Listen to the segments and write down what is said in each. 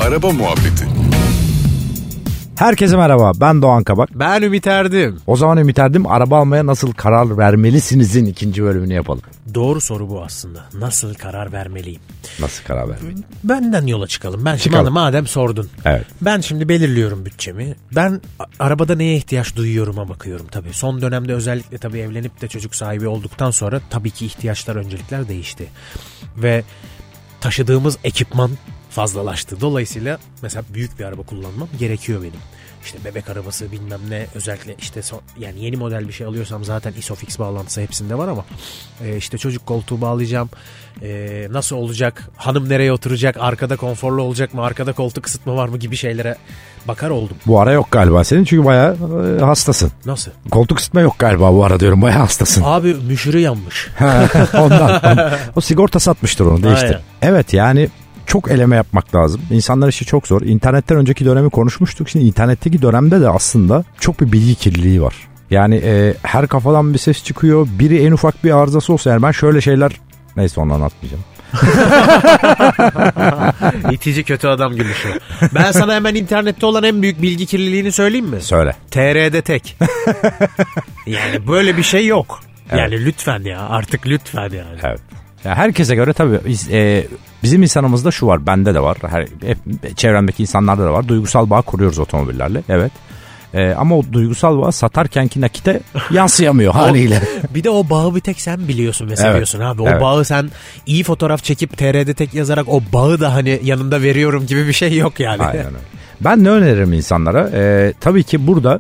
Araba Muhabbeti. Herkese merhaba, ben Doğan Kabak. Ben Ümit Erdim. O zaman Ümit Erdim, araba almaya nasıl karar vermelisinizin ikinci bölümünü yapalım. Doğru soru bu aslında. Nasıl karar vermeliyim? Nasıl karar vermeliyim? Benden yola çıkalım. Ben şimdi madem sordun. Evet. Ben şimdi belirliyorum bütçemi. Ben arabada neye ihtiyaç duyuyorum'a bakıyorum tabii. Son dönemde özellikle tabii evlenip de çocuk sahibi olduktan sonra tabii ki ihtiyaçlar, öncelikler değişti. Ve taşıdığımız ekipman fazlalaştı. Dolayısıyla mesela büyük bir araba kullanmam gerekiyor benim. İşte bebek arabası bilmem ne, özellikle işte yani yeni model bir şey alıyorsam zaten ISOFIX bağlantısı hepsinde var ama işte çocuk koltuğu bağlayacağım. Nasıl olacak? Hanım nereye oturacak? Arkada konforlu olacak mı? Arkada koltuk ısıtma var mı gibi şeylere bakar oldum. Bu ara yok galiba senin, çünkü bayağı hastasın. Nasıl? Koltuk ısıtma yok galiba bu ara diyorum, bayağı hastasın. Abi müşürü yanmış. Ondan. O sigorta satmıştır onu, değiştir. Aynen. Evet, yani çok eleme yapmak lazım. İnsanlar işi çok zor. İnternetten önceki dönemi konuşmuştuk. Şimdi internetteki dönemde de aslında çok bir bilgi kirliliği var. Yani her kafadan bir ses çıkıyor. Biri en ufak bir arızası olsa, yani ben şöyle şeyler, neyse onu anlatmayacağım. İtici kötü adam gülüşü. Ben sana hemen internette olan en büyük bilgi kirliliğini söyleyeyim mi? Söyle. TR'de tek. Yani böyle bir şey yok. Evet. Yani lütfen ya, artık lütfen yani. Evet. Ya herkese göre tabii bizim insanımızda şu var, bende de var, hep çevremdeki insanlarda da var. Duygusal bağ kuruyoruz otomobillerle. Evet. Ama o duygusal bağ satarkenki nakite yansıyamıyor haliyle. Bir de o bağı bir tek sen biliyorsun ve seviyorsun abi. O bağı sen iyi fotoğraf çekip TR'de tek yazarak o bağı da hani yanında veriyorum gibi bir şey yok yani. Aynen öyle. Ben ne öneririm insanlara? Tabii ki burada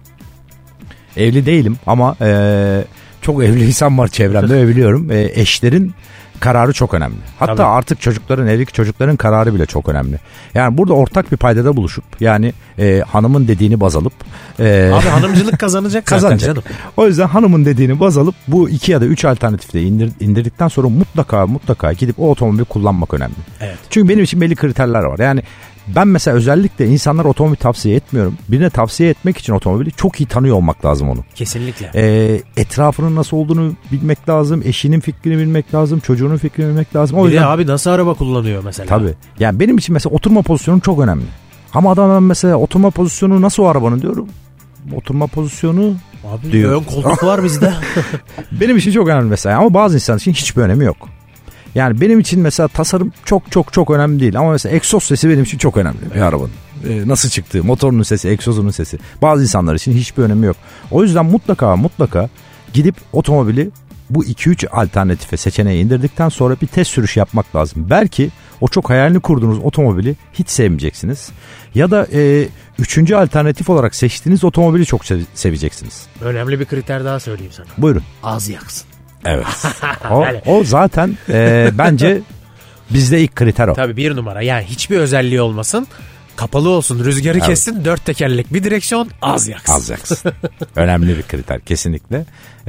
evli değilim ama çok evli insan var çevremde ve biliyorum. Eşlerin kararı çok önemli. Hatta tabii, artık evlilik çocukların kararı bile çok önemli. Yani burada ortak bir paydada buluşup, yani hanımın dediğini baz alıp. Abi hanımcılık kazanacak canım. O yüzden hanımın dediğini baz alıp bu 2 ya da 3 alternatifte indirdikten sonra mutlaka gidip o otomobili kullanmak önemli. Evet. Çünkü benim için belli kriterler var. Yani ben mesela özellikle insanlara otomobil tavsiye etmiyorum. Birine tavsiye etmek için otomobili çok iyi tanıyor olmak lazım onu. Kesinlikle. Etrafının nasıl olduğunu bilmek lazım. Eşinin fikrini bilmek lazım. Çocuğunun fikrini bilmek lazım. O bir de abi nasıl araba kullanıyor mesela. Tabii. Yani benim için mesela oturma pozisyonu çok önemli. Ama adam mesela oturma pozisyonu nasıl o arabanın diyorum. Oturma pozisyonu abi diyor. Ön koltuk var bizde. Benim için çok önemli mesela. Ama bazı insan için hiçbir önemi yok. Yani benim için mesela tasarım çok önemli değil. Ama mesela egzoz sesi benim için çok önemli bir arabanın. Nasıl çıktığı, motorunun sesi, egzozunun sesi. Bazı insanlar için hiçbir önemi yok. O yüzden mutlaka gidip otomobili bu 2-3 alternatife, seçeneği indirdikten sonra bir test sürüş yapmak lazım. Belki o çok hayalini kurduğunuz otomobili hiç sevmeyeceksiniz. Ya da 3. alternatif olarak seçtiğiniz otomobili çok seveceksiniz. Önemli bir kriter daha söyleyeyim sana. Buyurun. Az yaksın. Evet. O zaten bence bizde ilk kriter o. Tabii 1 numara. Yani hiçbir özelliği olmasın. Kapalı olsun, rüzgarı kessin, 4 tekerlek bir direksiyon, az yaksın. Az yaksın. Önemli bir kriter kesinlikle.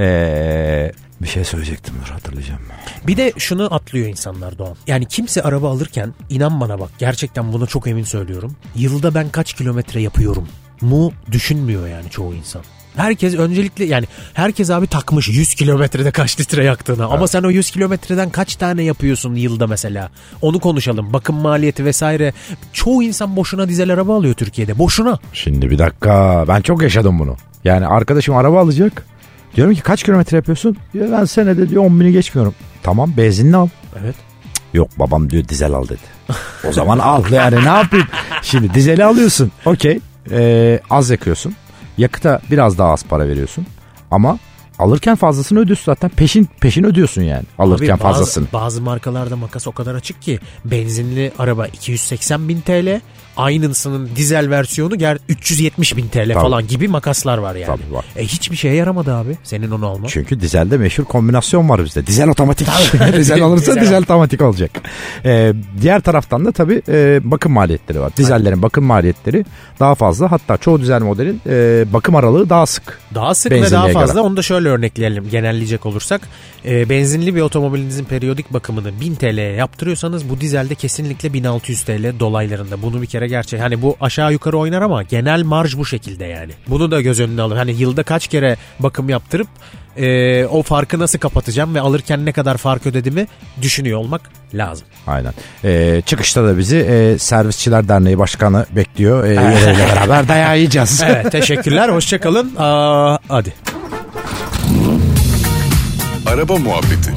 Bir şey söyleyecektim, hatırlayacağım. Bir de şunu atlıyor insanlar Doğan. Yani kimse araba alırken, inan bana bak, gerçekten bunu çok emin söylüyorum. Yılda ben kaç kilometre yapıyorum mu düşünmüyor yani çoğu insan. Herkes öncelikle, yani herkes abi takmış 100 kilometrede kaç litre yaktığını. Evet. Ama sen o 100 kilometreden kaç tane yapıyorsun yılda mesela? Onu konuşalım. Bakım maliyeti vesaire. Çoğu insan boşuna dizel araba alıyor Türkiye'de. Boşuna. Şimdi bir dakika. Ben çok yaşadım bunu. Yani arkadaşım araba alacak. Diyorum ki kaç kilometre yapıyorsun? Ya ben senede diyor 10.000'i geçmiyorum. Tamam, benzinli al. Evet. Yok babam diyor dizel al dedi. O zaman al yani, ne yapayım? Şimdi dizeli alıyorsun. Okey. Az yakıyorsun. Yakıta biraz daha az para veriyorsun. Ama alırken fazlasını ödüyorsun zaten. Peşin ödüyorsun yani. Alırken abi fazlasını. Bazı markalarda makas o kadar açık ki. Benzinli araba 280.000 TL. Aynısının dizel versiyonu 370.000 TL falan gibi makaslar var yani. Tabii var. Hiçbir şeye yaramadı abi senin onu alman. Çünkü dizelde meşhur kombinasyon var bizde. Dizel otomatik. Dizel alırsa dizel otomatik olacak. Diğer taraftan da tabii bakım maliyetleri var. Dizellerin bakım maliyetleri daha fazla. Hatta çoğu dizel modelin bakım aralığı daha sık. Daha sık ve daha fazla. Göre. Onu da şöyle örnekleyelim, genelleyecek olursak. Benzinli bir otomobilinizin periyodik bakımını 1000 TL'ye yaptırıyorsanız bu dizelde kesinlikle 1600 TL dolaylarında. Bunu bir kere göre gerçek. Hani bu aşağı yukarı oynar ama genel marj bu şekilde yani. Bunu da göz önüne alın. Hani yılda kaç kere bakım yaptırıp o farkı nasıl kapatacağım ve alırken ne kadar fark ödediğimi düşünüyor olmak lazım. Aynen. Çıkışta da bizi Servisçiler Derneği Başkanı bekliyor. Yerel'le beraber dayağı yiyeceğiz. Evet, teşekkürler. Hoşçakalın. Hadi. Araba Muhabbeti.